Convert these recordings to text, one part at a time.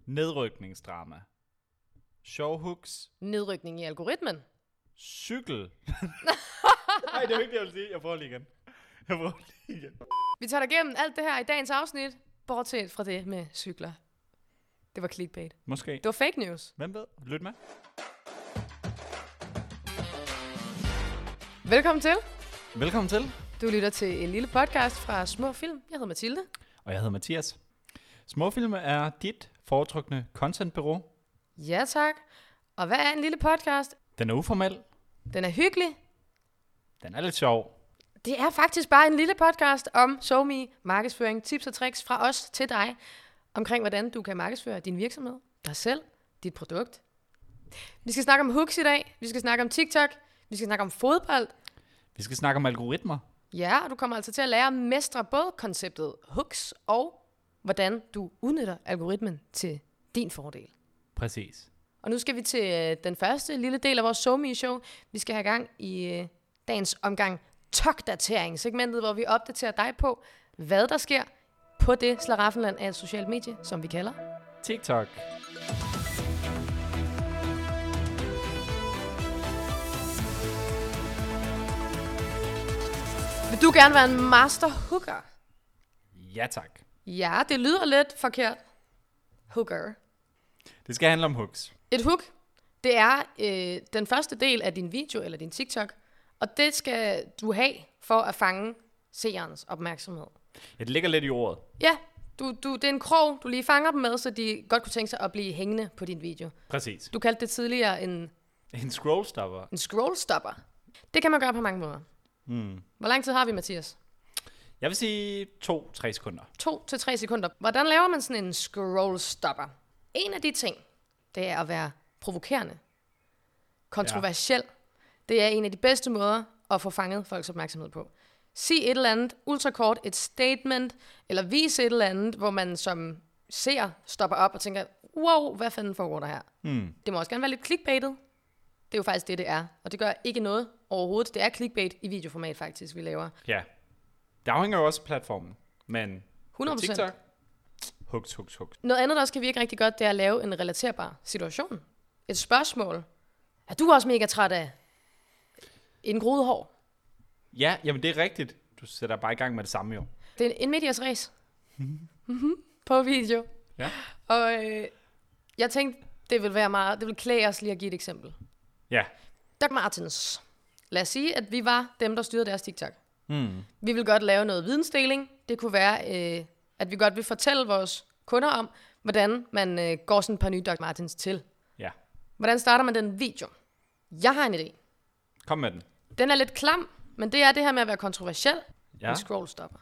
Nedrykningsdrama. Sjove hooks. Nedrykning i algoritmen. Cykel. Nej, det er jo ikke det, jeg vil sige. Jeg prøver lige igen. Vi tager dig igennem alt det her i dagens afsnit, bortset fra det med cykler. Det var clickbait. Måske. Det var fake news. Hvem ved? Lyt med. Velkommen til. Velkommen til. Du lytter til en lille podcast fra Små Film. Jeg hedder Mathilde. Og jeg hedder Mathias. Småfilm er dit foretrukne contentbureau. Ja, tak. Og hvad er en lille podcast? Den er uformel. Den er hyggelig. Den er lidt sjov. Det er faktisk bare en lille podcast om SoMe, markedsføring, tips og tricks fra os til dig, omkring hvordan du kan markedsføre din virksomhed, dig selv, dit produkt. Vi skal snakke om hooks i dag, vi skal snakke om TikTok, vi skal snakke om fodbold. Vi skal snakke om algoritmer. Ja, og du kommer altså til at lære at mestre både konceptet hooks og hvordan du udnytter algoritmen til din fordel. Præcis. Og nu skal vi til den første lille del af vores SoMe-show. Vi skal have gang i dagens omgang TikTok-datering, segmentet, hvor vi opdaterer dig på, hvad der sker på det slaraffenland af et socialt medie, som vi kalder TikTok. Vil du gerne være en master hooker? Ja, tak. Ja, det lyder lidt forkert. Hooker. Det skal handle om hooks. Et hook, det er den første del af din video eller din TikTok, og det skal du have for at fange seerens opmærksomhed. Ja, det ligger lidt i ordet. Ja, det er en krog, du lige fanger dem med, så de godt kunne tænke sig at blive hængende på din video. Præcis. Du kaldte det tidligere en Scrollstopper. En scrollstopper. Det kan man gøre på mange måder. Hvor lang tid har vi, Mathias? Jeg vil sige 2-3 sekunder. 2 til 3 sekunder. Hvordan laver man sådan en scrollstopper? En af de ting, det er at være provokerende. Kontroversiel. Ja. Det er en af de bedste måder at få fanget folks opmærksomhed på. Sig et eller andet ultrakort, et statement, eller vis et eller andet, hvor man som ser stopper op og tænker, wow, hvad fanden foregår der her? Det må også gerne være lidt clickbaitet. Det er jo faktisk det er. Og det gør ikke noget overhovedet. Det er clickbait i videoformat faktisk, vi laver. Ja. Det afhænger jo også af platformen. Men 100%. TikTok, hooks. Noget andet, der også kan virke rigtig godt, det er at lave en relaterbar situation. Et spørgsmål. Er du også mega træt af en groet hår? Ja, jamen det er rigtigt. Du sætter bare i gang med det samme jo. Det er en medias race. På video. Ja. Og jeg tænkte, det vil klæde os lige at give et eksempel. Ja. Doc Martens. Lad os sige, at vi var dem, der styrede deres TikTok. Vi vil godt lave noget vidensdeling. Det kunne være, at vi godt vil fortælle vores kunder om, hvordan man går sådan et par nye Doc Martens til. Ja. Hvordan starter man den video? Jeg har en idé. Kom med den. Den er lidt klam, men det er det her med at være kontroversiel. Ja. En scrollstopper.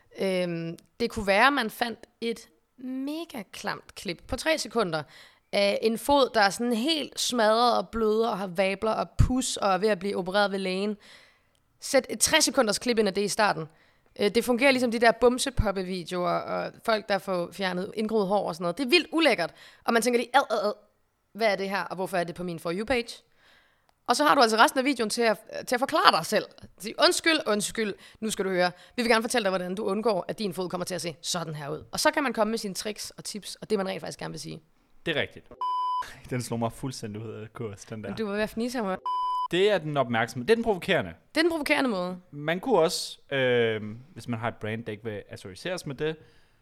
Det kunne være, at man fandt et mega klamt klip på 3 sekunder af en fod, der er sådan helt smadret og bløder og har vabler og pus og er ved at blive opereret ved lægen. Sæt et 60 sekunders klip ind af det i starten. Det fungerer ligesom de der bumsepoppe-videoer og folk, der får fjernet indgroet hår og sådan noget. Det er vildt ulækkert. Og man tænker lige, hvad er det her, og hvorfor er det på min For You-page? Og så har du altså resten af videoen til at forklare dig selv. Sige, undskyld, nu skal du høre. Vi vil gerne fortælle dig, hvordan du undgår, at din fod kommer til at se sådan her ud. Og så kan man komme med sine tricks og tips, og det man rent faktisk gerne vil sige. Det er rigtigt. Den slår mig fuldstændig ud af kurs, den der. Du vil være fnise mig. Det er den opmærksomhed. Det er den provokerende. Det er den provokerende måde. Man kunne også, hvis man har et brand, der ikke vil associeres med det,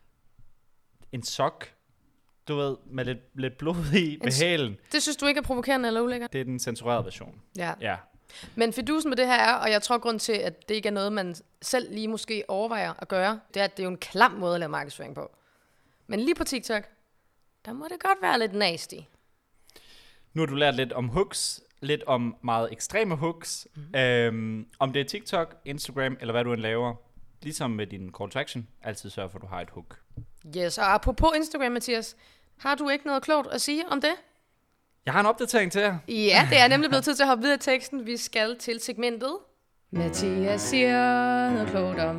en sok, du ved, med lidt blod i ved hælen. Det synes du ikke er provokerende eller ulækkert? Det er den censurerede version. Ja. Men fidusen med det her er, og jeg tror grund til, at det ikke er noget, man selv lige måske overvejer at gøre, det er, at det er jo en klam måde at lave markedsføring på. Men lige på TikTok, der må det godt være lidt nasty. Nu har du lært lidt om hooks, lidt om meget ekstreme hooks. Om det er TikTok, Instagram eller hvad du end laver. Ligesom med din call to action, altid sørg for, at du har et hook. Yes, og apropos Instagram, Mathias, har du ikke noget klogt at sige om det? Jeg har en opdatering til jer. Ja, det er nemlig blevet tid til at hoppe videre i teksten. Vi skal til segmentet. Mathias siger noget klogt om.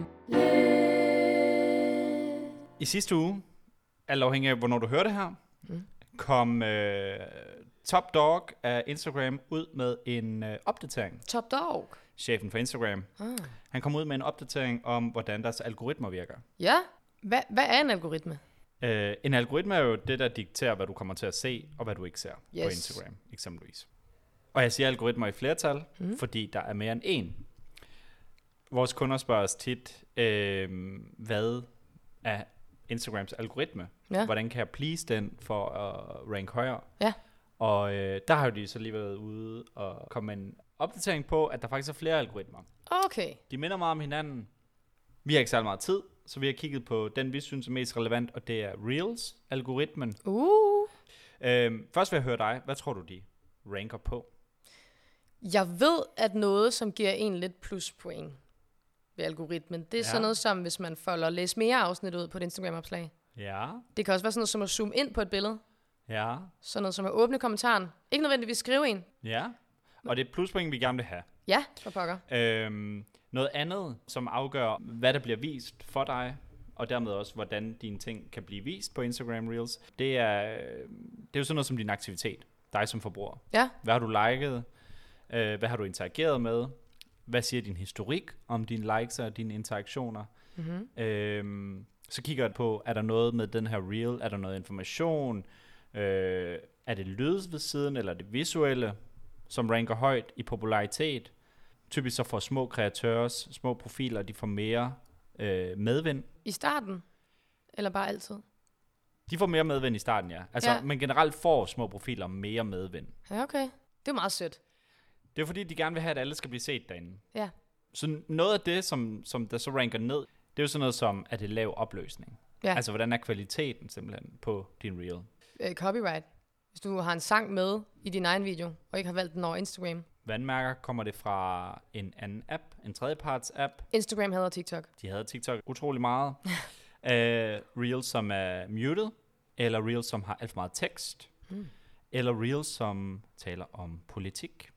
I sidste uge, alt afhængig af, hvornår du hører det her, kom Top Dog af Instagram ud med en opdatering. Top Dog? Chefen for Instagram. Han kom ud med en opdatering om, hvordan deres algoritmer virker. Ja, hvad er en algoritme? En algoritme er jo det, der dikterer, hvad du kommer til at se, og hvad du ikke ser på Yes. Instagram, eksempelvis. Og jeg siger algoritmer i flertal, fordi der er mere end én. Vores kunder spørger os tit, hvad er Instagrams algoritme? Ja. Hvordan kan jeg please den for at rank højere? Ja. Og der har jo de så lige været ude og komme en opdatering på, at der faktisk er flere algoritmer. Okay. De minder meget om hinanden. Vi har ikke særlig meget tid, så vi har kigget på den, vi synes er mest relevant, og det er Reels-algoritmen. Først vil jeg høre dig. Hvad tror du, de ranker på? Jeg ved, at noget, som giver en lidt pluspoint ved algoritmen, det er sådan noget som, hvis man folder læs mere afsnit ud på et Instagram-opslag. Ja. Det kan også være sådan noget som at zoome ind på et billede. Ja. Sådan noget som at åbne kommentaren. Ikke nødvendigvis skrive en. Ja. Og det er pluspoint, vi gerne vil have. Ja, for pokker. Noget andet, som afgør, hvad der bliver vist for dig, og dermed også, hvordan dine ting kan blive vist på Instagram Reels, det er jo sådan noget som din aktivitet. Dig som forbruger. Ja. Hvad har du liket? Hvad har du interageret med? Hvad siger din historik om dine likes og dine interaktioner? Mm-hmm. Så kigger jeg på, er der noget med den her reel? Er der noget information? Er det lyd ved siden, eller det visuelle, som ranker højt i popularitet? Typisk så får små kreatørs, små profiler, de får mere medvind. I starten? Eller bare altid? De får mere medvind i starten, ja. Altså, Ja. Men generelt får små profiler mere medvind. Ja, okay. Det er meget sødt. Det er fordi, de gerne vil have, at alle skal blive set derinde. Ja. Så noget af det, som der så ranker ned, det er jo sådan noget som, at det er lav opløsning. Ja. Altså, hvordan er kvaliteten simpelthen på din reel? Copyright. Hvis du har en sang med i din egen video, og ikke har valgt den over Instagram. Vandmærker, kommer det fra en anden app, en tredjeparts app? Instagram hader TikTok. De havde TikTok utrolig meget. Reels, som er muted, eller Reels, som har alt for meget tekst, eller Reels, som taler om politik.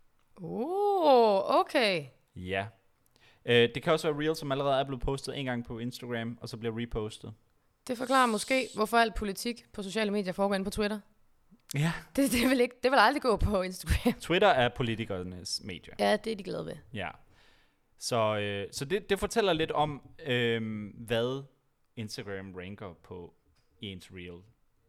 Okay. Ja. Det kan også være Reels, som allerede er blevet postet en gang på Instagram, og så bliver repostet. Det forklarer måske, hvorfor al politik på sociale medier foregår inde på Twitter. Ja. Det vil aldrig gå på Instagram. Twitter er politikernes medie. Ja, det er de glade ved. Ja. Så det fortæller lidt om, hvad Instagram ranker på i ens reel.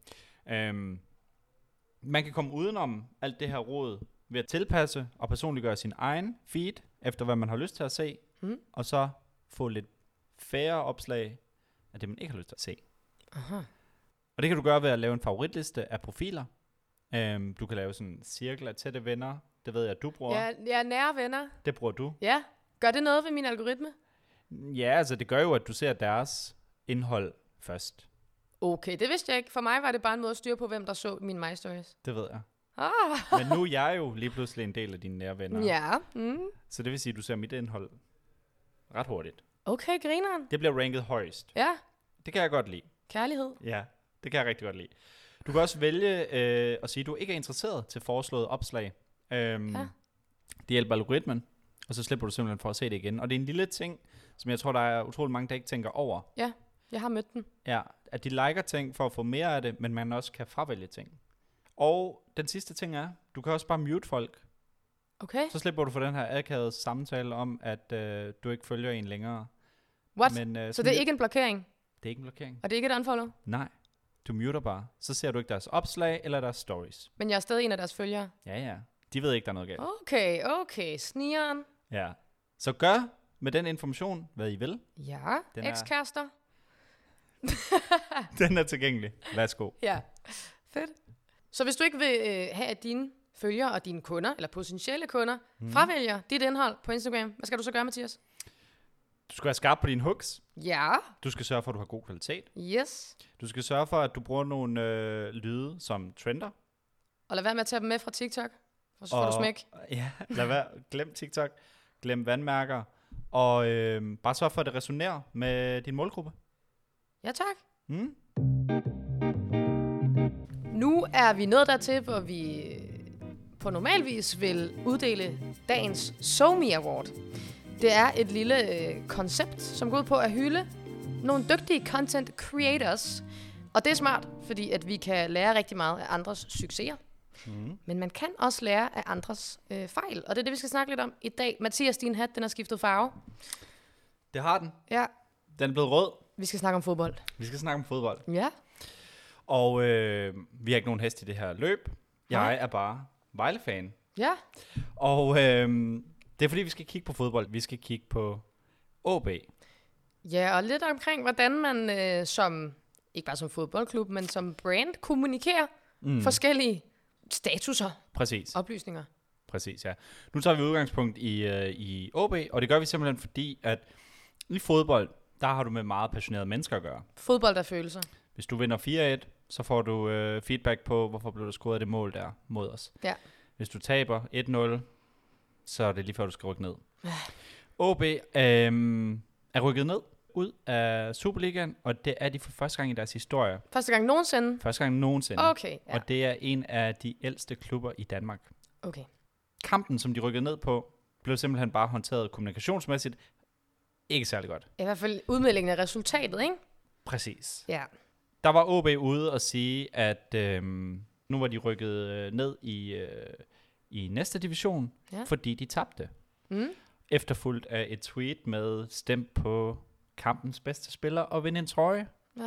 Man kan komme udenom alt det her råd ved at tilpasse og personliggøre sin egen feed, efter hvad man har lyst til at se, og så få lidt færre opslag af det, man ikke har lyst til at se. Aha. Og det kan du gøre ved at lave en favoritliste af profiler. Du kan lave sådan en cirkel af tætte venner. Det ved jeg, at du bruger. Ja, nære venner. Det bruger du. Ja. Gør det noget ved min algoritme? Ja, altså det gør jo, at du ser deres indhold først. Okay, det vidste jeg ikke. For mig var det bare en måde at styre på, hvem der så mine My Stories. Det ved jeg. Ah. Men nu er jeg jo lige pludselig en del af dine nære venner. Ja. Så det vil sige, at du ser mit indhold ret hurtigt. Okay, grineren. Det bliver ranket højst. Ja. Det kan jeg godt lide. Kærlighed. Ja, det kan jeg rigtig godt lide. Du kan også vælge at sige, at du ikke er interesseret til foreslået opslag. Det hjælper algoritmen, og så slipper du simpelthen for at se det igen. Og det er en lille ting, som jeg tror, der er utrolig mange, der ikke tænker over. Ja, jeg har mødt den. Ja, at de liker ting for at få mere af det, men man også kan fravælge ting. Og den sidste ting er, du kan også bare mute folk. Okay. Så slipper du for den her akavede samtale om, at du ikke følger en længere. What? Men, så det er ikke en blokering? Det er ikke en blokering. Og det er ikke et unfollow? Nej, du muter bare. Så ser du ikke deres opslag eller deres stories. Men jeg er stadig en af deres følgere? Ja. De ved ikke, der er noget galt. Okay. Snigeren. Ja. Så gør med den information, hvad I vil. Ja, ekskærester. Den er tilgængelig. Værsgo. Ja, fedt. Så hvis du ikke vil have, at dine følgere og dine kunder, eller potentielle kunder, fravælger dit indhold på Instagram, hvad skal du så gøre, Mathias? Du skal være skarp på dine hooks. Ja. Du skal sørge for, at du har god kvalitet. Yes. Du skal sørge for, at du bruger nogle lyde som trender. Og lad være med at tage dem med fra TikTok, for så får du smæk. Ja, lad være. Glem TikTok. Glem vandmærker. Og bare sørg for, at det resonerer med din målgruppe. Ja, tak. Nu er vi nået dertil, hvor vi på normalvis vil uddele dagens SoMe Award. Det er et lille koncept, som går ud på at hylde nogle dygtige content creators. Og det er smart, fordi at vi kan lære rigtig meget af andres succeser. Men man kan også lære af andres fejl. Og det er det, vi skal snakke lidt om i dag. Mathias, din hat, den har skiftet farve. Det har den. Ja. Den er blevet rød. Vi skal snakke om fodbold. Vi skal snakke om fodbold. Ja. Og vi har ikke nogen hest i det her løb. Jeg er bare Vejle-fan. Ja. Og det er fordi, vi skal kigge på fodbold. Vi skal kigge på OB. Ja, og lidt omkring, hvordan man som, ikke bare som fodboldklub, men som brand kommunikerer forskellige statuser. Præcis. Oplysninger. Præcis, ja. Nu tager vi udgangspunkt i OB, og det gør vi simpelthen fordi, at i fodbold, der har du med meget passionerede mennesker at gøre. Fodbold er følelser. Hvis du vinder 4-1, så får du feedback på, hvorfor blev der scoret det mål der mod os. Ja. Hvis du taber 1-0, så er det lige før, du skal rykke ned. OB er rykket ned ud af Superligaen, og det er de for første gang i deres historie. Første gang nogensinde? Første gang nogensinde. Okay, ja. Og det er en af de ældste klubber i Danmark. Okay. Kampen, som de rykkede ned på, blev simpelthen bare håndteret kommunikationsmæssigt ikke særlig godt. I hvert fald udmeldingen af resultatet, ikke? Præcis. Ja. Der var OB ude og sige, at nu var de rykket ned i næste division, fordi de tabte. Efterfulgt af et tweet med stem på kampens bedste spiller og vind en trøje.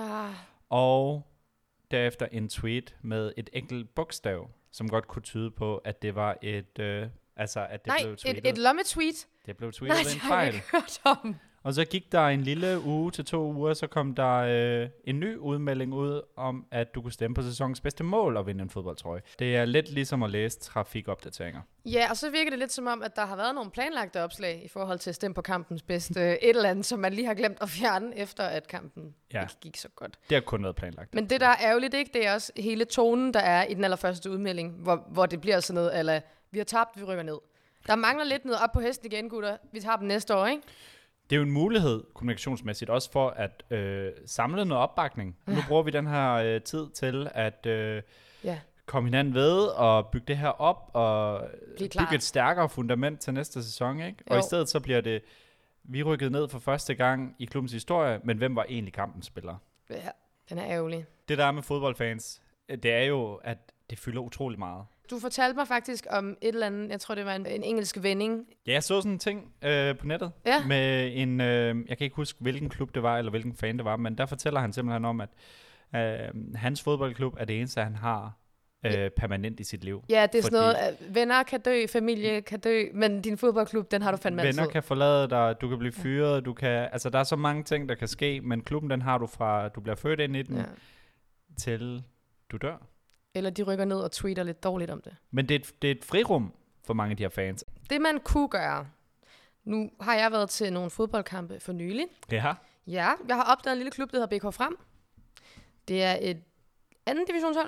Og derefter en tweet med et enkelt bogstav, som godt kunne tyde på, at det var et... blev tweetet. et lommetweet? Det blev tweetet en fejl. Nej, det har jeg ikke hørt om. Og så gik der en lille uge til 2 uger, så kom der en ny udmelding ud om, at du kunne stemme på sæsonens bedste mål og vinde en fodboldtrøje. Det er lidt ligesom at læse trafikopdateringer. Ja, og så virker det lidt som om, at der har været nogle planlagte opslag i forhold til at stemme på kampens bedste et eller andet, som man lige har glemt at fjerne, efter at kampen ikke gik så godt. Det har kun været planlagt. Men det, der er ærgerligt, ikke? Det er også hele tonen, der er i den allerførste udmelding, hvor det bliver sådan noget, eller vi har tabt, vi rykker ned. Der mangler lidt noget op på hesten igen, gutter. Vi tager dem næste år, ikke? Det er jo en mulighed kommunikationsmæssigt, også for at samle noget opbakning. Nu bruger vi den her tid til at komme hinanden ved og bygge det her op og bygge et stærkere fundament til næste sæson. Ikke? Og i stedet så bliver det, vi rykket ned for første gang i klubbens historie, men hvem var egentlig kampens spiller? Ja, den er ærgerlig. Det der med fodboldfans, det er jo, at det fylder utrolig meget. Du fortalte mig faktisk om et eller andet, jeg tror det var en engelsk vending. Ja, jeg så sådan en ting på nettet med en, jeg kan ikke huske hvilken klub det var, eller hvilken fan det var, men der fortæller han simpelthen om, at hans fodboldklub er det eneste, han har permanent i sit liv. Ja, det er sådan noget, at venner kan dø, familie kan dø, men din fodboldklub, den har du fandme altid. Venner kan forlade dig, du kan blive fyret, du kan, altså der er så mange ting, der kan ske, men klubben, den har du fra, du bliver født ind i den, til du dør. Eller de rykker ned og tweeter lidt dårligt om det. Men det er et frirum for mange af de her fans. Det man kunne gøre. Nu har jeg været til nogle fodboldkampe for nylig. Ja. Ja, jeg har opdaget en lille klub, der hedder BK Frem. Det er et anden divisionshold.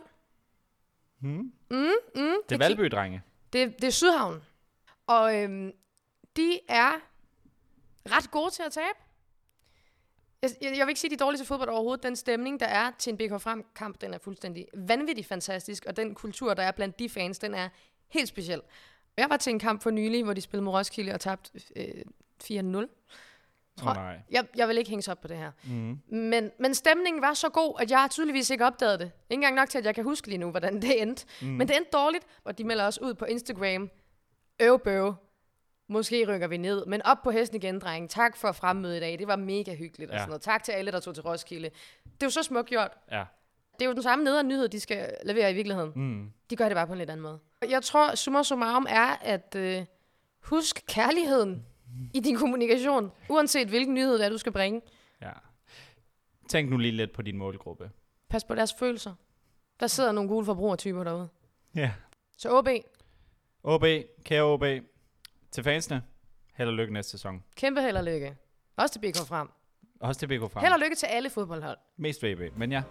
Det er Valby-drenge. Det er Sydhavn. Og de er ret gode til at tabe. Jeg vil ikke sige, de er dårlige til fodbold overhovedet. Den stemning, der er til en BK Frem-kamp, den er fuldstændig vanvittigt fantastisk. Og den kultur, der er blandt de fans, den er helt speciel. Jeg var til en kamp for nylig, hvor de spillede mod Roskilde og tabte 4-0. Jeg vil ikke hænge sig op på det her. Men stemningen var så god, at jeg har tydeligvis ikke opdaget det. Ikke engang nok til, at jeg kan huske lige nu, hvordan det endte. Men det endte dårligt, og de melder også ud på Instagram. Øvbøv. Måske rykker vi ned, men op på hesten igen, drenge. Tak for fremmødet i dag. Det var mega hyggeligt og sådan noget. Tak til alle, der tog til Roskilde. Det er jo så smukt gjort. Ja. Det er jo den samme nederen nyhed, de skal levere i virkeligheden. De gør det bare på en lidt anden måde. Jeg tror, summa summarum er, at husk kærligheden i din kommunikation, uanset hvilken nyhed det er, du skal bringe. Ja. Tænk nu lige lidt på din målgruppe. Pas på deres følelser. Der sidder nogle gule forbrugertyper derude. Ja. Så OB. OB, kære OB. Til fansene, held og lykke næste sæson. Kæmpe held og lykke. Også til BK Frem. Også til BK Frem. Held og lykke til alle fodboldhold. Mest VB, men ja.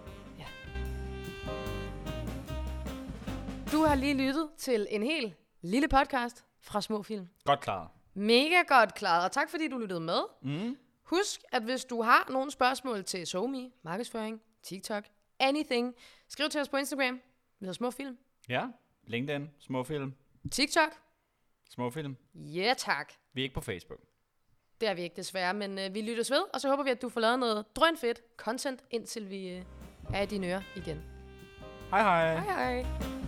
Du har lige lyttet til en helt lille podcast fra Små Film. Godt klaret. Mega godt klaret, og tak fordi du lyttede med. Husk, at hvis du har nogle spørgsmål til SoMe, markedsføring, TikTok, anything, skriv til os på Instagram. Vi hedder Små Film. Ja, LinkedIn, Små Film. TikTok. Små Film. Ja, tak. Vi er ikke på Facebook. Det er vi ikke desværre, men vi lyttes ved, og så håber vi, at du får lavet noget drønfedt content, indtil vi er i dine ører igen. Hej hej. Hej hej.